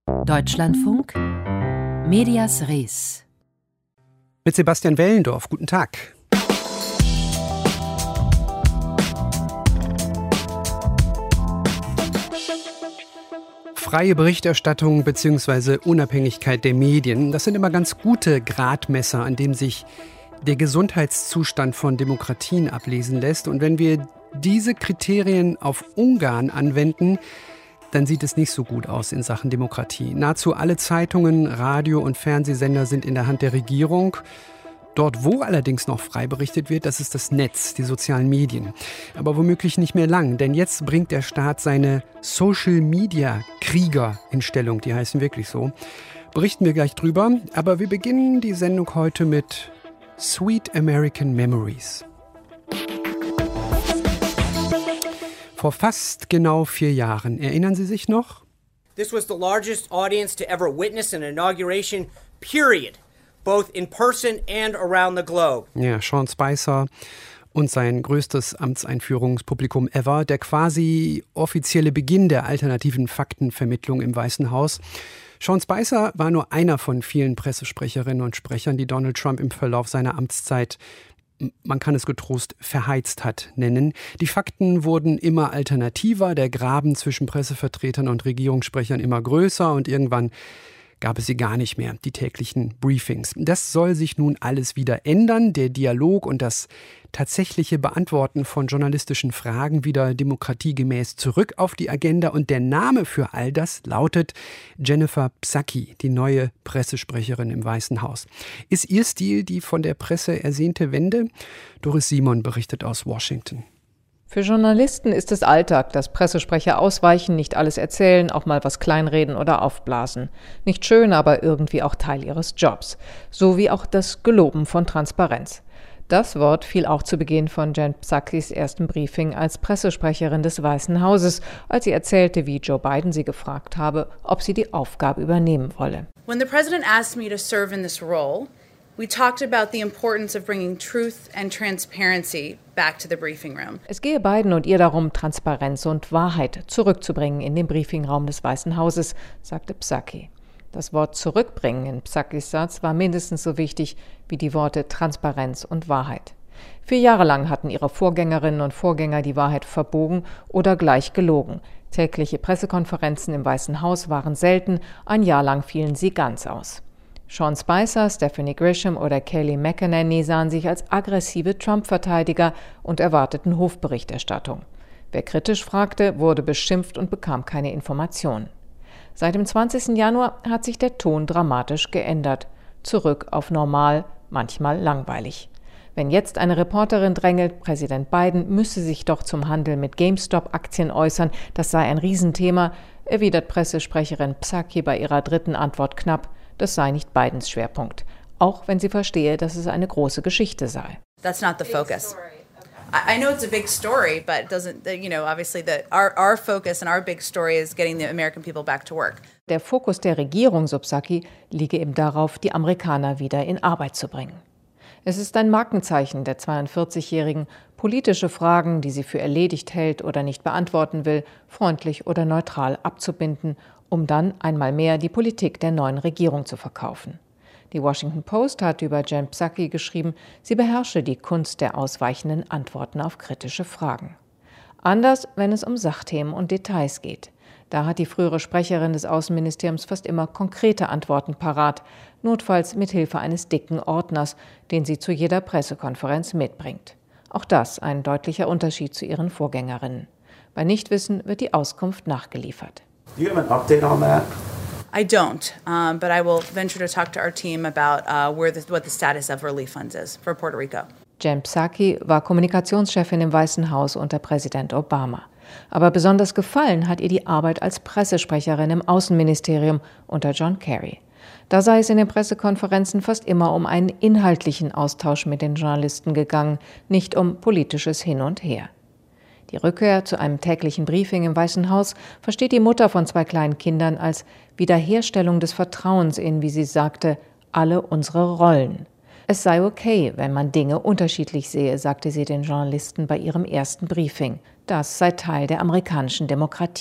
Deutschlandfunk, Medias Res. Mit Sebastian Wellendorf. Guten Tag. Freie Berichterstattung bzw. Unabhängigkeit der Medien, das sind immer ganz gute Gradmesser, an dem sich der Gesundheitszustand von Demokratien ablesen lässt. Und wenn wir diese Kriterien auf Ungarn anwenden, dann sieht es nicht so gut aus in Sachen Demokratie. Nahezu alle Zeitungen, Radio- und Fernsehsender sind in der Hand der Regierung. Dort, wo allerdings noch frei berichtet wird, das ist das Netz, die sozialen Medien. Aber womöglich nicht mehr lang, denn jetzt bringt der Staat seine Social-Media-Krieger in Stellung. Die heißen wirklich so. Berichten wir gleich drüber. Aber wir beginnen die Sendung heute mit Sweet American Memories. Vor fast genau 4 Jahren. Erinnern Sie sich noch? This was the largest audience to ever witness an inauguration, period. Both in person and around the globe. Ja, Sean Spicer und sein größtes Amtseinführungspublikum ever. Der quasi offizielle Beginn der alternativen Faktenvermittlung im Weißen Haus. Sean Spicer war nur einer von vielen Pressesprecherinnen und Sprechern, die Donald Trump im Verlauf seiner Amtszeit, man kann es getrost, verheizt hat, nennen. Die Fakten wurden immer alternativer, der Graben zwischen Pressevertretern und Regierungssprechern immer größer und irgendwann gab es sie gar nicht mehr, die täglichen Briefings. Das soll sich nun alles wieder ändern, der Dialog und das tatsächliche Beantworten von journalistischen Fragen wieder demokratiegemäß zurück auf die Agenda. Und der Name für all das lautet Jennifer Psaki, die neue Pressesprecherin im Weißen Haus. Ist ihr Stil die von der Presse ersehnte Wende? Doris Simon berichtet aus Washington. Für Journalisten ist es Alltag, dass Pressesprecher ausweichen, nicht alles erzählen, auch mal was kleinreden oder aufblasen. Nicht schön, aber irgendwie auch Teil ihres Jobs. So wie auch das Geloben von Transparenz. Das Wort fiel auch zu Beginn von Jen Psakis ersten Briefing als Pressesprecherin des Weißen Hauses, als sie erzählte, wie Joe Biden sie gefragt habe, ob sie die Aufgabe übernehmen wolle. When the president asked me to serve in this role, we talked about the importance of bringing truth and transparency back to the briefing room. Es gehe Biden und ihr darum, Transparenz und Wahrheit zurückzubringen in den Briefingraum des Weißen Hauses, sagte Psaki. Das Wort zurückbringen in Psakis Satz war mindestens so wichtig wie die Worte Transparenz und Wahrheit. 4 Jahre lang hatten ihre Vorgängerinnen und Vorgänger die Wahrheit verbogen oder gleich gelogen. Tägliche Pressekonferenzen im Weißen Haus waren selten, ein Jahr lang fielen sie ganz aus. Sean Spicer, Stephanie Grisham oder Kayleigh McEnany sahen sich als aggressive Trump-Verteidiger und erwarteten Hofberichterstattung. Wer kritisch fragte, wurde beschimpft und bekam keine Informationen. Seit dem 20. Januar hat sich der Ton dramatisch geändert. Zurück auf normal, manchmal langweilig. Wenn jetzt eine Reporterin drängelt, Präsident Biden müsse sich doch zum Handel mit GameStop-Aktien äußern, das sei ein Riesenthema, erwidert Pressesprecherin Psaki bei ihrer dritten Antwort knapp, das sei nicht Bidens Schwerpunkt, auch wenn sie verstehe, dass es eine große Geschichte sei. That's not the focus. I know it's a big story, but it doesn't, obviously our focus and our big story is getting the American people back to work. Der Fokus der Regierung, so Psaki, liege eben darauf, die Amerikaner wieder in Arbeit zu bringen. Es ist ein Markenzeichen der 42-Jährigen, politische Fragen, die sie für erledigt hält oder nicht beantworten will, freundlich oder neutral abzubinden, um dann einmal mehr die Politik der neuen Regierung zu verkaufen. Die Washington Post hat über Jen Psaki geschrieben, sie beherrsche die Kunst der ausweichenden Antworten auf kritische Fragen. Anders, wenn es um Sachthemen und Details geht. Da hat die frühere Sprecherin des Außenministeriums fast immer konkrete Antworten parat, notfalls mit Hilfe eines dicken Ordners, den sie zu jeder Pressekonferenz mitbringt. Auch das ein deutlicher Unterschied zu ihren Vorgängerinnen. Bei Nichtwissen wird die Auskunft nachgeliefert. Do you have an update on that? I don't, but I will venture to talk to our team about what the status of relief funds is for Puerto Rico. Jen Psaki war Kommunikationschefin im Weißen Haus unter Präsident Obama. Aber besonders gefallen hat ihr die Arbeit als Pressesprecherin im Außenministerium unter John Kerry. Da sei es in den Pressekonferenzen fast immer um einen inhaltlichen Austausch mit den Journalisten gegangen, nicht um politisches Hin und Her. Die Rückkehr zu einem täglichen Briefing im Weißen Haus versteht die Mutter von 2 kleinen Kindern als Wiederherstellung des Vertrauens in, wie sie sagte, alle unsere Rollen. Es sei okay, wenn man Dinge unterschiedlich sehe, sagte sie den Journalisten bei ihrem ersten Briefing. Das sei Teil der amerikanischen Demokratie.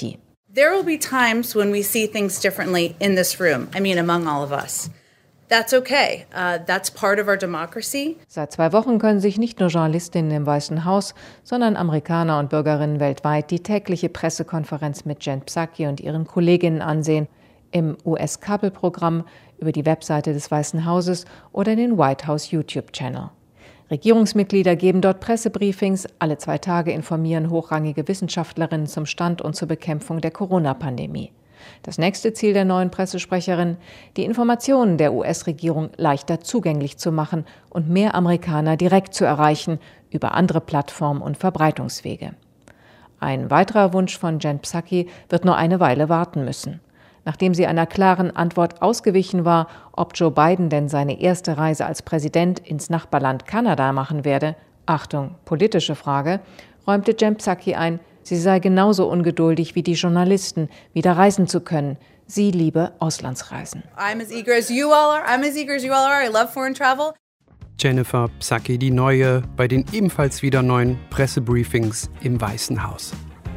There will be times when we see things differently in this room. I mean, among all of us. That's okay. That's part of our democracy. Seit 2 Wochen können sich nicht nur Journalistinnen im Weißen Haus, sondern Amerikaner und Bürgerinnen weltweit die tägliche Pressekonferenz mit Jen Psaki und ihren Kolleginnen ansehen. Im US-Kabelprogramm, über die Webseite des Weißen Hauses oder den White House YouTube-Channel. Regierungsmitglieder geben dort Pressebriefings, alle 2 Tage informieren hochrangige Wissenschaftlerinnen zum Stand und zur Bekämpfung der Corona-Pandemie. Das nächste Ziel der neuen Pressesprecherin, die Informationen der US-Regierung leichter zugänglich zu machen und mehr Amerikaner direkt zu erreichen über andere Plattformen und Verbreitungswege. Ein weiterer Wunsch von Jen Psaki wird nur eine Weile warten müssen. Nachdem sie einer klaren Antwort ausgewichen war, ob Joe Biden denn seine erste Reise als Präsident ins Nachbarland Kanada machen werde, Achtung, politische Frage, räumte Jen Psaki ein, sie sei genauso ungeduldig wie die Journalisten, wieder reisen zu können. Sie liebe Auslandsreisen. I'm as eager as you all are. I'm as eager as you all are. I love foreign travel. Jennifer Psaki, die neue, bei den ebenfalls wieder neuen Pressebriefings im Weißen Haus.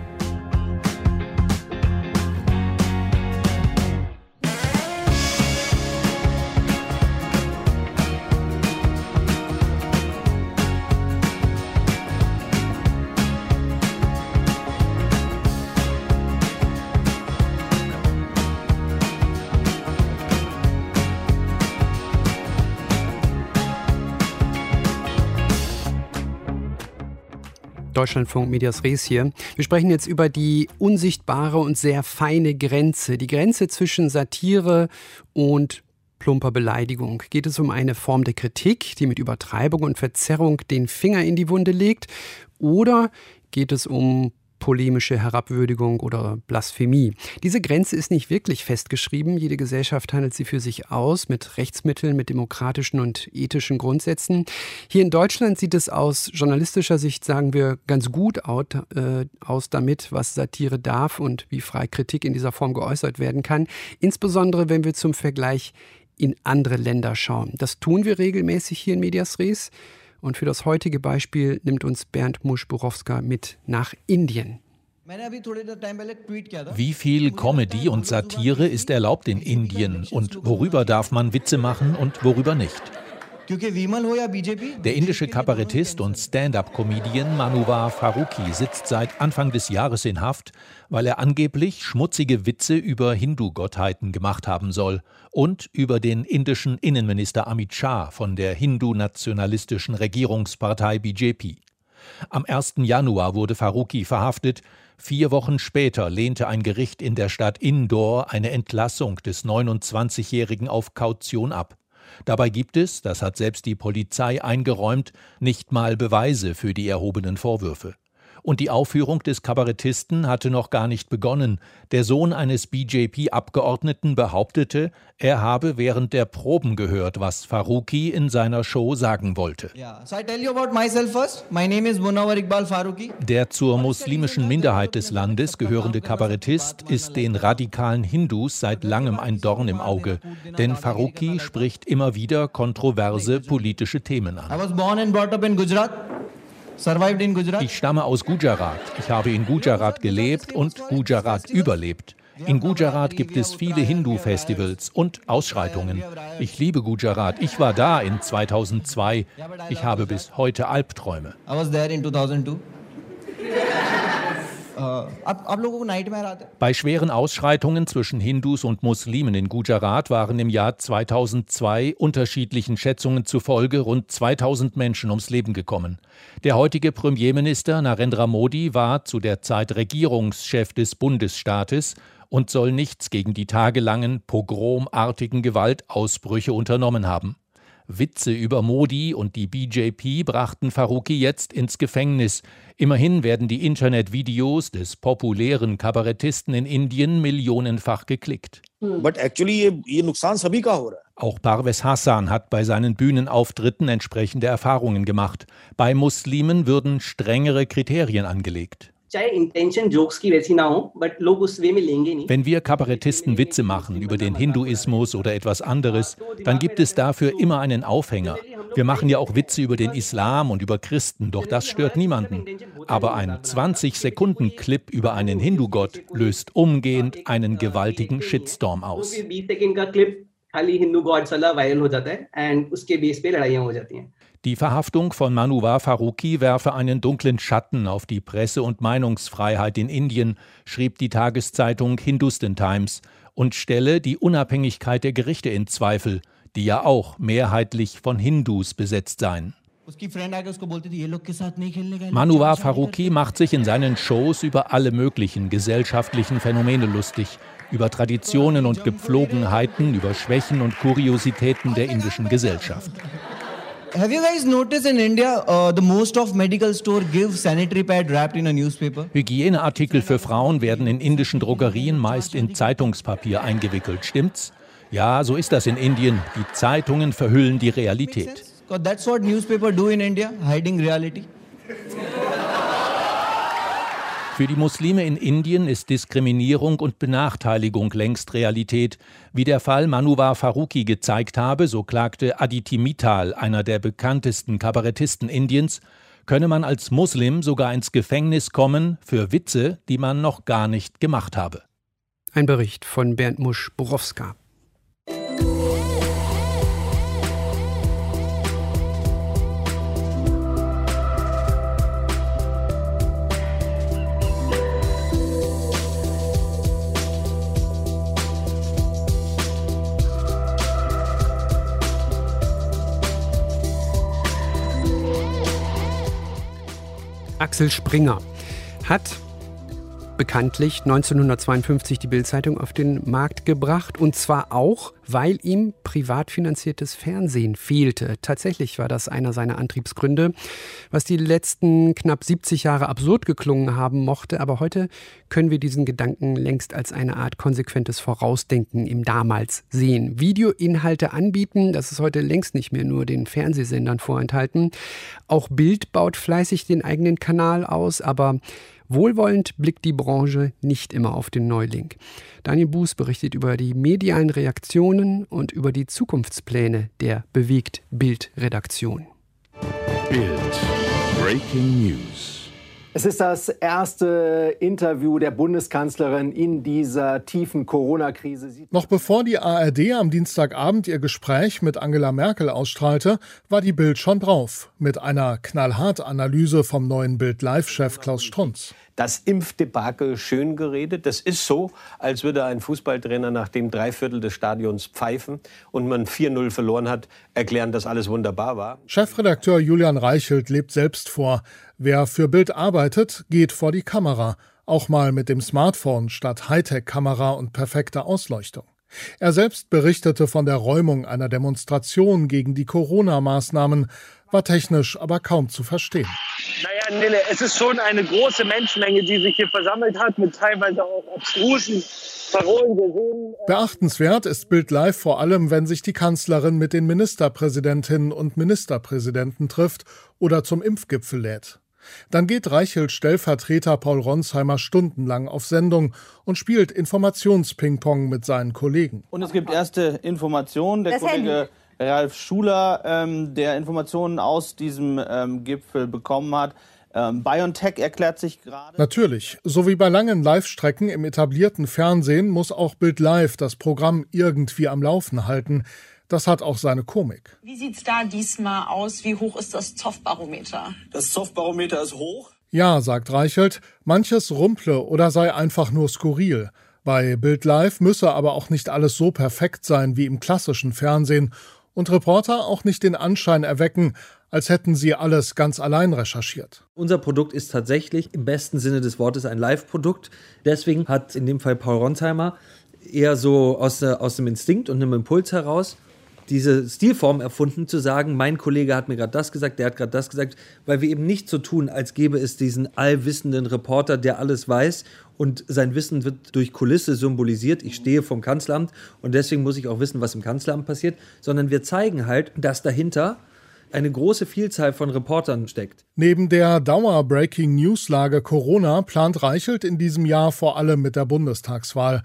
Deutschlandfunk Medias Res hier. Wir sprechen jetzt über die unsichtbare und sehr feine Grenze. Die Grenze zwischen Satire und plumper Beleidigung. Geht es um eine Form der Kritik, die mit Übertreibung und Verzerrung den Finger in die Wunde legt? Oder geht es um polemische Herabwürdigung oder Blasphemie? Diese Grenze ist nicht wirklich festgeschrieben. Jede Gesellschaft handelt sie für sich aus, mit Rechtsmitteln, mit demokratischen und ethischen Grundsätzen. Hier in Deutschland sieht es aus journalistischer Sicht, sagen wir, ganz gut aus damit, was Satire darf und wie frei Kritik in dieser Form geäußert werden kann. Insbesondere, wenn wir zum Vergleich in andere Länder schauen. Das tun wir regelmäßig hier in Medias Res. Und für das heutige Beispiel nimmt uns Bernd Musch-Burowska mit nach Indien. Wie viel Comedy und Satire ist erlaubt in Indien und worüber darf man Witze machen und worüber nicht? Der indische Kabarettist und Stand-up-Comedian Manowar Farooqui sitzt seit Anfang des Jahres in Haft, weil er angeblich schmutzige Witze über Hindu-Gottheiten gemacht haben soll und über den indischen Innenminister Amit Shah von der hindu-nationalistischen Regierungspartei BJP. Am 1. Januar wurde Farooqui verhaftet. 4 Wochen später lehnte ein Gericht in der Stadt Indore eine Entlassung des 29-Jährigen auf Kaution ab. Dabei gibt es, das hat selbst die Polizei eingeräumt, nicht mal Beweise für die erhobenen Vorwürfe. Und die Aufführung des Kabarettisten hatte noch gar nicht begonnen. Der Sohn eines BJP-Abgeordneten behauptete, er habe während der Proben gehört, was Farooqui in seiner Show sagen wollte. Der zur muslimischen Minderheit des Landes gehörende Kabarettist ist den radikalen Hindus seit langem ein Dorn im Auge. Denn Farooqui spricht immer wieder kontroverse politische Themen an. Ich stamme aus Gujarat. Ich habe in Gujarat gelebt und Gujarat überlebt. In Gujarat gibt es viele Hindu-Festivals und Ausschreitungen. Ich liebe Gujarat. Ich war da in 2002. Ich habe bis heute Albträume. Bei schweren Ausschreitungen zwischen Hindus und Muslimen in Gujarat waren im Jahr 2002 unterschiedlichen Schätzungen zufolge rund 2000 Menschen ums Leben gekommen. Der heutige Premierminister Narendra Modi war zu der Zeit Regierungschef des Bundesstaates und soll nichts gegen die tagelangen pogromartigen Gewaltausbrüche unternommen haben. Witze über Modi und die BJP brachten Farooqui jetzt ins Gefängnis. Immerhin werden die Internetvideos des populären Kabarettisten in Indien millionenfach geklickt. Auch Parvez Hassan hat bei seinen Bühnenauftritten entsprechende Erfahrungen gemacht. Bei Muslimen würden strengere Kriterien angelegt. Wenn wir Kabarettisten Witze machen über den Hinduismus oder etwas anderes, dann gibt es dafür immer einen Aufhänger. Wir machen ja auch Witze über den Islam und über Christen, doch das stört niemanden. Aber ein 20-Sekunden-Clip über einen Hindu-Gott löst umgehend einen gewaltigen Shitstorm aus. Die Verhaftung von Manuwar Farooqui werfe einen dunklen Schatten auf die Presse- und Meinungsfreiheit in Indien, schrieb die Tageszeitung Hindustan Times, und stelle die Unabhängigkeit der Gerichte in Zweifel, die ja auch mehrheitlich von Hindus besetzt seien. Manuwar Farooqui macht sich in seinen Shows über alle möglichen gesellschaftlichen Phänomene lustig, über Traditionen und Gepflogenheiten, über Schwächen und Kuriositäten der indischen Gesellschaft. Have you guys noticed in India, the most of medical store give sanitary pad wrapped in a newspaper? Hygieneartikel für Frauen werden in indischen Drogerien meist in Zeitungspapier eingewickelt. Stimmt's? Ja, so ist das in Indien. Die Zeitungen verhüllen die Realität. That's what newspaper do in India, hiding reality. Für die Muslime in Indien ist Diskriminierung und Benachteiligung längst Realität. Wie der Fall Manuwar Farooqui gezeigt habe, so klagte Aditi Mittal, einer der bekanntesten Kabarettisten Indiens, könne man als Muslim sogar ins Gefängnis kommen für Witze, die man noch gar nicht gemacht habe. Ein Bericht von Bernd Musch-Borowska. Axel Springer hat bekanntlich 1952 die Bild-Zeitung auf den Markt gebracht, und zwar auch, weil ihm privat finanziertes Fernsehen fehlte. Tatsächlich war das einer seiner Antriebsgründe, was die letzten knapp 70 Jahre absurd geklungen haben mochte, aber heute können wir diesen Gedanken längst als eine Art konsequentes Vorausdenken im Damals sehen. Videoinhalte anbieten, das ist heute längst nicht mehr nur den Fernsehsendern vorenthalten. Auch Bild baut fleißig den eigenen Kanal aus, aber wohlwollend blickt die Branche nicht immer auf den Neuling. Daniel Buß berichtet über die medialen Reaktionen und über die Zukunftspläne der Bewegt-Bild-Redaktion. Bild Breaking News. Es ist das erste Interview der Bundeskanzlerin in dieser tiefen Corona-Krise. Noch bevor die ARD am Dienstagabend ihr Gespräch mit Angela Merkel ausstrahlte, war die Bild schon drauf. Mit einer Knallhart-Analyse vom neuen Bild-Live-Chef Klaus Strunz. Das Impfdebakel schön geredet. Das ist so, als würde ein Fußballtrainer, nachdem 3/4 des Stadions pfeifen und man 4-0 verloren hat, erklären, dass alles wunderbar war. Chefredakteur Julian Reichelt lebt selbst vor. Wer für Bild arbeitet, geht vor die Kamera. Auch mal mit dem Smartphone statt Hightech-Kamera und perfekter Ausleuchtung. Er selbst berichtete von der Räumung einer Demonstration gegen die Corona-Maßnahmen, war technisch aber kaum zu verstehen. Naja, Nille, es ist schon eine große Menschenmenge, die sich hier versammelt hat, mit teilweise auch abstrusen Parolen. Wir sehen, Beachtenswert ist Bild Live vor allem, wenn sich die Kanzlerin mit den Ministerpräsidentinnen und Ministerpräsidenten trifft oder zum Impfgipfel lädt. Dann geht Reichelt-Stellvertreter Paul Ronsheimer stundenlang auf Sendung und spielt Informationsping-Pong mit seinen Kollegen. Und es gibt erste Informationen. Der Kollege Ralf Schuler, der Informationen aus diesem Gipfel bekommen hat. BioNTech erklärt sich gerade. Natürlich, so wie bei langen Live-Strecken im etablierten Fernsehen muss auch Bild Live das Programm irgendwie am Laufen halten. Das hat auch seine Komik. Wie sieht's da diesmal aus? Wie hoch ist das Zoff-Barometer? Das Zoff-Barometer ist hoch. Ja, sagt Reichelt, manches rumple oder sei einfach nur skurril. Bei Bild Live müsse aber auch nicht alles so perfekt sein wie im klassischen Fernsehen und Reporter auch nicht den Anschein erwecken, als hätten sie alles ganz allein recherchiert. Unser Produkt ist tatsächlich im besten Sinne des Wortes ein Live-Produkt. Deswegen hat in dem Fall Paul Ronsheimer eher so aus dem Instinkt und einem Impuls heraus diese Stilform erfunden, zu sagen, mein Kollege hat mir gerade das gesagt, der hat gerade das gesagt, weil wir eben nicht so tun, als gäbe es diesen allwissenden Reporter, der alles weiß und sein Wissen wird durch Kulisse symbolisiert. Ich stehe vom Kanzleramt und deswegen muss ich auch wissen, was im Kanzleramt passiert, sondern wir zeigen halt, dass dahinter eine große Vielzahl von Reportern steckt. Neben der Dauer-Breaking-News-Lage Corona plant Reichelt in diesem Jahr vor allem mit der Bundestagswahl.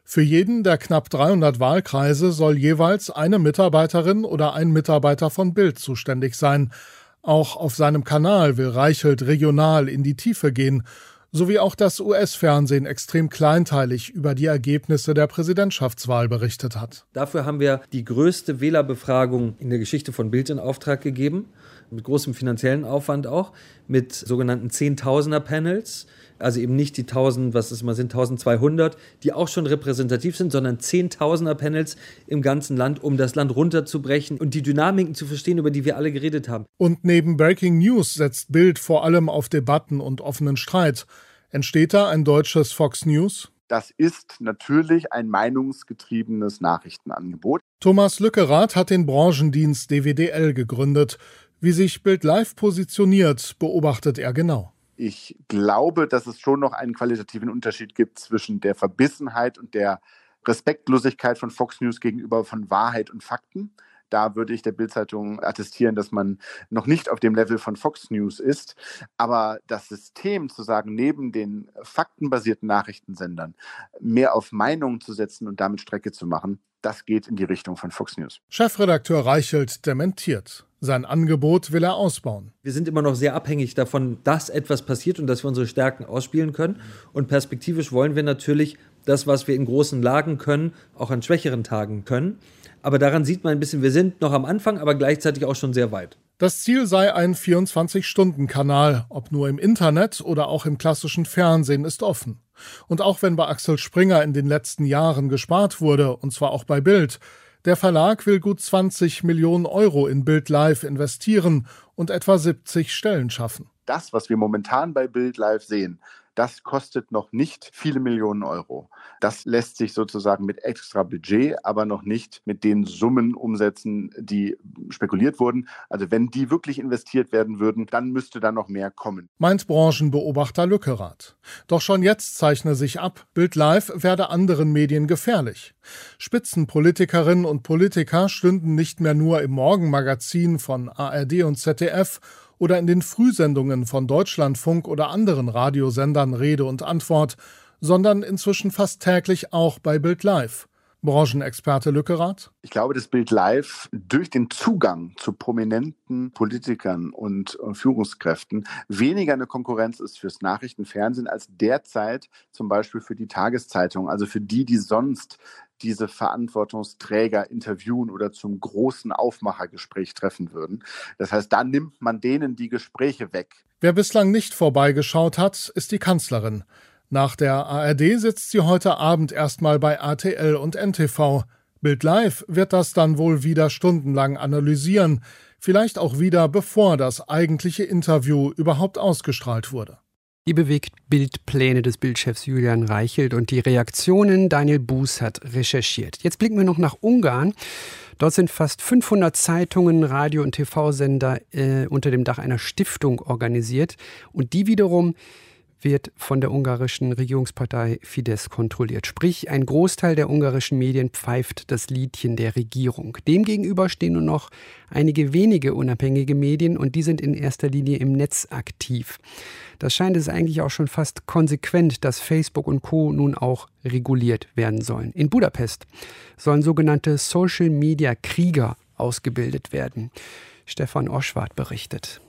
Für jeden der knapp 300 Wahlkreise soll jeweils eine Mitarbeiterin oder ein Mitarbeiter von Bild zuständig sein. Auch auf seinem Kanal will Reichelt regional in die Tiefe gehen, sowie auch das US-Fernsehen extrem kleinteilig über die Ergebnisse der Präsidentschaftswahl berichtet hat. Dafür haben wir die größte Wählerbefragung in der Geschichte von Bild in Auftrag gegeben, mit großem finanziellen Aufwand auch, mit sogenannten Zehntausender-Panels. Also eben nicht die 1000, was es mal sind, 1200, die auch schon repräsentativ sind, sondern Zehntausender-Panels im ganzen Land, um das Land runterzubrechen und die Dynamiken zu verstehen, über die wir alle geredet haben. Und neben Breaking News setzt Bild vor allem auf Debatten und offenen Streit. Entsteht da ein deutsches Fox News? Das ist natürlich ein meinungsgetriebenes Nachrichtenangebot. Thomas Lückerath hat den Branchendienst DWDL gegründet. Wie sich Bild Live positioniert, beobachtet er genau. Ich glaube, dass es schon noch einen qualitativen Unterschied gibt zwischen der Verbissenheit und der Respektlosigkeit von Fox News gegenüber von Wahrheit und Fakten. Da würde ich der Bild-Zeitung attestieren, dass man noch nicht auf dem Level von Fox News ist. Aber das System zu sagen, neben den faktenbasierten Nachrichtensendern mehr auf Meinungen zu setzen und damit Strecke zu machen, das geht in die Richtung von Fox News. Chefredakteur Reichelt dementiert. Sein Angebot will er ausbauen. Wir sind immer noch sehr abhängig davon, dass etwas passiert und dass wir unsere Stärken ausspielen können. Und perspektivisch wollen wir natürlich das, was wir in großen Lagen können, auch an schwächeren Tagen können. Aber daran sieht man ein bisschen, wir sind noch am Anfang, aber gleichzeitig auch schon sehr weit. Das Ziel sei ein 24-Stunden-Kanal, ob nur im Internet oder auch im klassischen Fernsehen, ist offen. Und auch wenn bei Axel Springer in den letzten Jahren gespart wurde, und zwar auch bei Bild, der Verlag will gut 20 Millionen Euro in Bild Live investieren und etwa 70 Stellen schaffen. Das, was wir momentan bei Bild Live sehen, das kostet noch nicht viele Millionen Euro. Das lässt sich sozusagen mit extra Budget, aber noch nicht mit den Summen umsetzen, die spekuliert wurden. Also wenn die wirklich investiert werden würden, dann müsste da noch mehr kommen. Meint Branchenbeobachter Lückerath. Doch schon jetzt zeichne sich ab, Bild Live werde anderen Medien gefährlich. Spitzenpolitikerinnen und Politiker stünden nicht mehr nur im Morgenmagazin von ARD und ZDF oder in den Frühsendungen von Deutschlandfunk oder anderen Radiosendern Rede und Antwort, sondern inzwischen fast täglich auch bei Bild Live. Branchenexperte Lückerath? Ich glaube, dass Bild Live durch den Zugang zu prominenten Politikern und Führungskräften weniger eine Konkurrenz ist fürs Nachrichtenfernsehen als derzeit zum Beispiel für die Tageszeitung, also für die sonst diese Verantwortungsträger interviewen oder zum großen Aufmachergespräch treffen würden. Das heißt, da nimmt man denen die Gespräche weg. Wer bislang nicht vorbeigeschaut hat, ist die Kanzlerin. Nach der ARD sitzt sie heute Abend erstmal bei RTL und NTV. Bild Live wird das dann wohl wieder stundenlang analysieren. Vielleicht auch wieder, bevor das eigentliche Interview überhaupt ausgestrahlt wurde. Die bewegt Bildpläne des Bildchefs Julian Reichelt und die Reaktionen Daniel Buß hat recherchiert. Jetzt blicken wir noch nach Ungarn. Dort sind fast 500 Zeitungen, Radio- und TV-Sender unter dem Dach einer Stiftung organisiert. Und die wiederum wird von der ungarischen Regierungspartei Fidesz kontrolliert. Sprich, ein Großteil der ungarischen Medien pfeift das Liedchen der Regierung. Demgegenüber stehen nur noch einige wenige unabhängige Medien und die sind in erster Linie im Netz aktiv. Das scheint es eigentlich auch schon fast konsequent, dass Facebook und Co. nun auch reguliert werden sollen. In Budapest sollen sogenannte Social-Media-Krieger ausgebildet werden. Stefan Oschwart berichtet.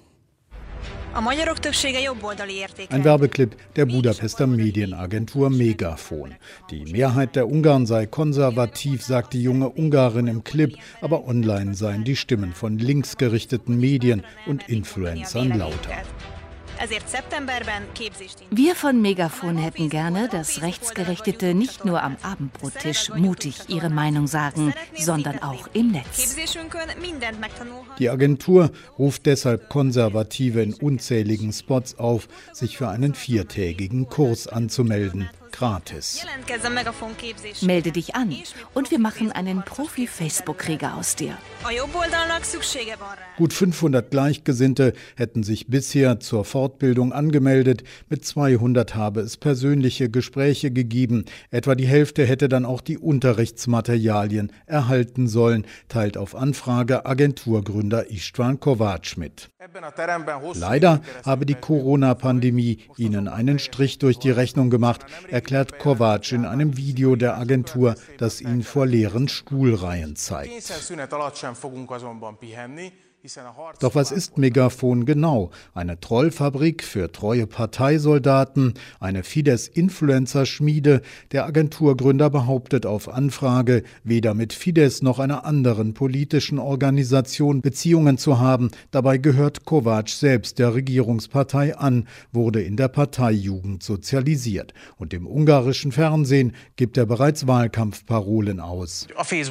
Ein Werbeclip der Budapester Medienagentur Megafon. Die Mehrheit der Ungarn sei konservativ, sagt die junge Ungarin im Clip, aber online seien die Stimmen von linksgerichteten Medien und Influencern lauter. Wir von Megafon hätten gerne, dass Rechtsgerichtete nicht nur am Abendbrottisch mutig ihre Meinung sagen, sondern auch im Netz. Die Agentur ruft deshalb Konservative in unzähligen Spots auf, sich für einen 4-tägigen Kurs anzumelden. Gratis. Melde dich an und wir machen einen Profi-Facebook-Krieger aus dir. Gut 500 Gleichgesinnte hätten sich bisher zur Fortbildung angemeldet. Mit 200 habe es persönliche Gespräche gegeben. Etwa die Hälfte hätte dann auch die Unterrichtsmaterialien erhalten sollen, teilt auf Anfrage Agenturgründer István Kovács mit. Leider habe die Corona-Pandemie ihnen einen Strich durch die Rechnung gemacht, erklärt Kovač in einem Video der Agentur, das ihn vor leeren Stuhlreihen zeigt. Doch was ist Megafon genau? Eine Trollfabrik für treue Parteisoldaten, eine Fidesz-Influencer-Schmiede? Der Agenturgründer behauptet auf Anfrage, weder mit Fidesz noch einer anderen politischen Organisation Beziehungen zu haben. Dabei gehört Kovač selbst der Regierungspartei an, wurde in der Parteijugend sozialisiert. Und im ungarischen Fernsehen gibt er bereits Wahlkampfparolen aus.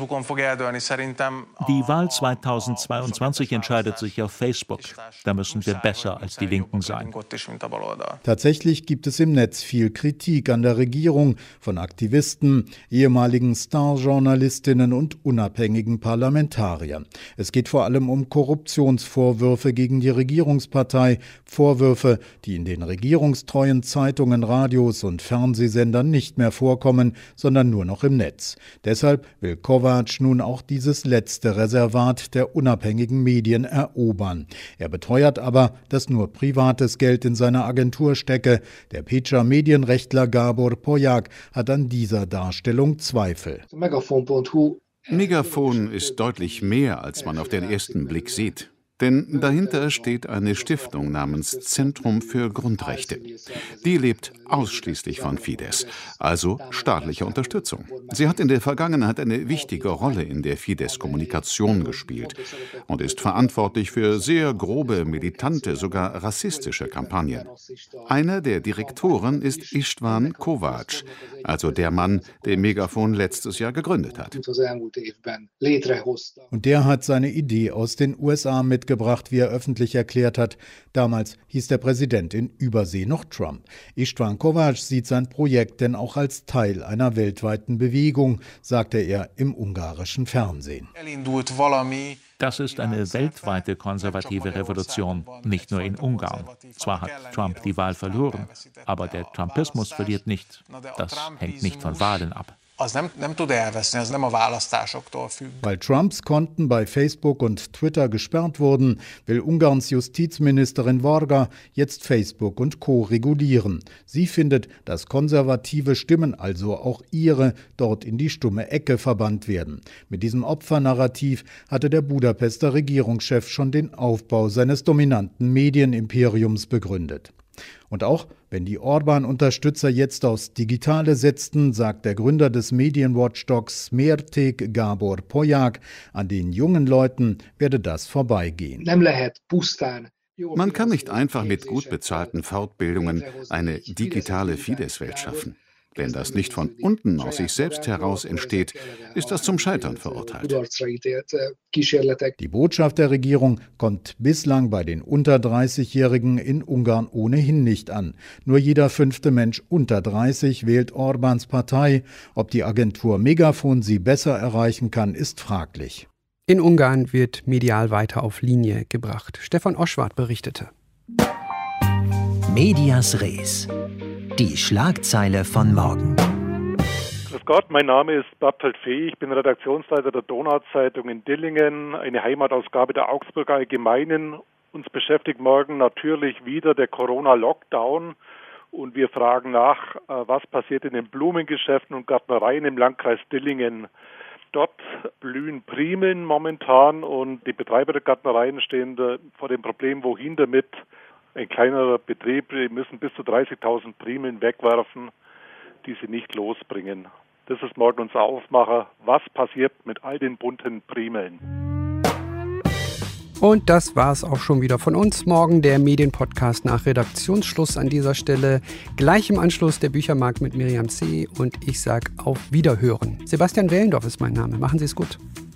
Die Wahl 2022 entscheidet sich auf Facebook. Da müssen wir besser als die Linken sein. Tatsächlich gibt es im Netz viel Kritik an der Regierung von Aktivisten, ehemaligen Starjournalistinnen und unabhängigen Parlamentariern. Es geht vor allem um Korruptionsvorwürfe gegen die Regierungspartei, Vorwürfe, die in den regierungstreuen Zeitungen, Radios und Fernsehsendern nicht mehr vorkommen, sondern nur noch im Netz. Deshalb will Kovač nun auch dieses letzte Reservat der unabhängigen Medien erobern. Er beteuert aber, dass nur privates Geld in seiner Agentur stecke. Der Pécser Medienrechtler Gábor Polyák hat an dieser Darstellung Zweifel. Megafon ist deutlich mehr, als man auf den ersten Blick sieht. Denn dahinter steht eine Stiftung namens Zentrum für Grundrechte. Die lebt ausschließlich von Fidesz, also staatlicher Unterstützung. Sie hat in der Vergangenheit eine wichtige Rolle in der Fidesz-Kommunikation gespielt und ist verantwortlich für sehr grobe, militante, sogar rassistische Kampagnen. Einer der Direktoren ist István Kovács, also der Mann, der Megafon letztes Jahr gegründet hat. Und der hat seine Idee aus den USA mitgebracht, wie er öffentlich erklärt hat. Damals hieß der Präsident in Übersee noch Trump. István Kovács sieht sein Projekt denn auch als Teil einer weltweiten Bewegung, sagte er im ungarischen Fernsehen. Das ist eine weltweite konservative Revolution, nicht nur in Ungarn. Zwar hat Trump die Wahl verloren, aber der Trumpismus verliert nicht. Das hängt nicht von Wahlen ab. Weil Trumps Konten bei Facebook und Twitter gesperrt wurden, will Ungarns Justizministerin Varga jetzt Facebook und Co. regulieren. Sie findet, dass konservative Stimmen, also auch ihre, dort in die stumme Ecke verbannt werden. Mit diesem Opfernarrativ hatte der Budapester Regierungschef schon den Aufbau seines dominanten Medienimperiums begründet. Und auch wenn die Orbán-Unterstützer jetzt aufs Digitale setzten, sagt der Gründer des Medienwatchdogs Mérték Gábor Polyák, an den jungen Leuten werde das vorbeigehen. Man kann nicht einfach mit gut bezahlten Fortbildungen eine digitale Fidesz-Welt schaffen. Wenn das nicht von unten aus sich selbst heraus entsteht, ist das zum Scheitern verurteilt. Die Botschaft der Regierung kommt bislang bei den unter 30-Jährigen in Ungarn ohnehin nicht an. Nur jeder 5. Mensch unter 30 wählt Orbáns Partei. Ob die Agentur Megafon sie besser erreichen kann, ist fraglich. In Ungarn wird medial weiter auf Linie gebracht. Stefan Oschwart berichtete. Medias Res. Die Schlagzeile von morgen. Grüß Gott, mein Name ist Bertolt Fee, ich bin Redaktionsleiter der Donauzeitung in Dillingen, eine Heimatausgabe der Augsburger Allgemeinen. Uns beschäftigt morgen natürlich wieder der Corona-Lockdown und wir fragen nach, was passiert in den Blumengeschäften und Gärtnereien im Landkreis Dillingen. Dort blühen Primeln momentan und die Betreiber der Gärtnereien stehen vor dem Problem, wohin damit. Ein kleinerer Betrieb, die müssen bis zu 30.000 Primeln wegwerfen, die sie nicht losbringen. Das ist morgen unser Aufmacher. Was passiert mit all den bunten Primeln? Und das war's auch schon wieder von uns. Morgen der Medienpodcast nach Redaktionsschluss an dieser Stelle. Gleich im Anschluss der Büchermarkt mit Miriam C. Und ich sag auf Wiederhören. Sebastian Wellendorf ist mein Name. Machen Sie es gut.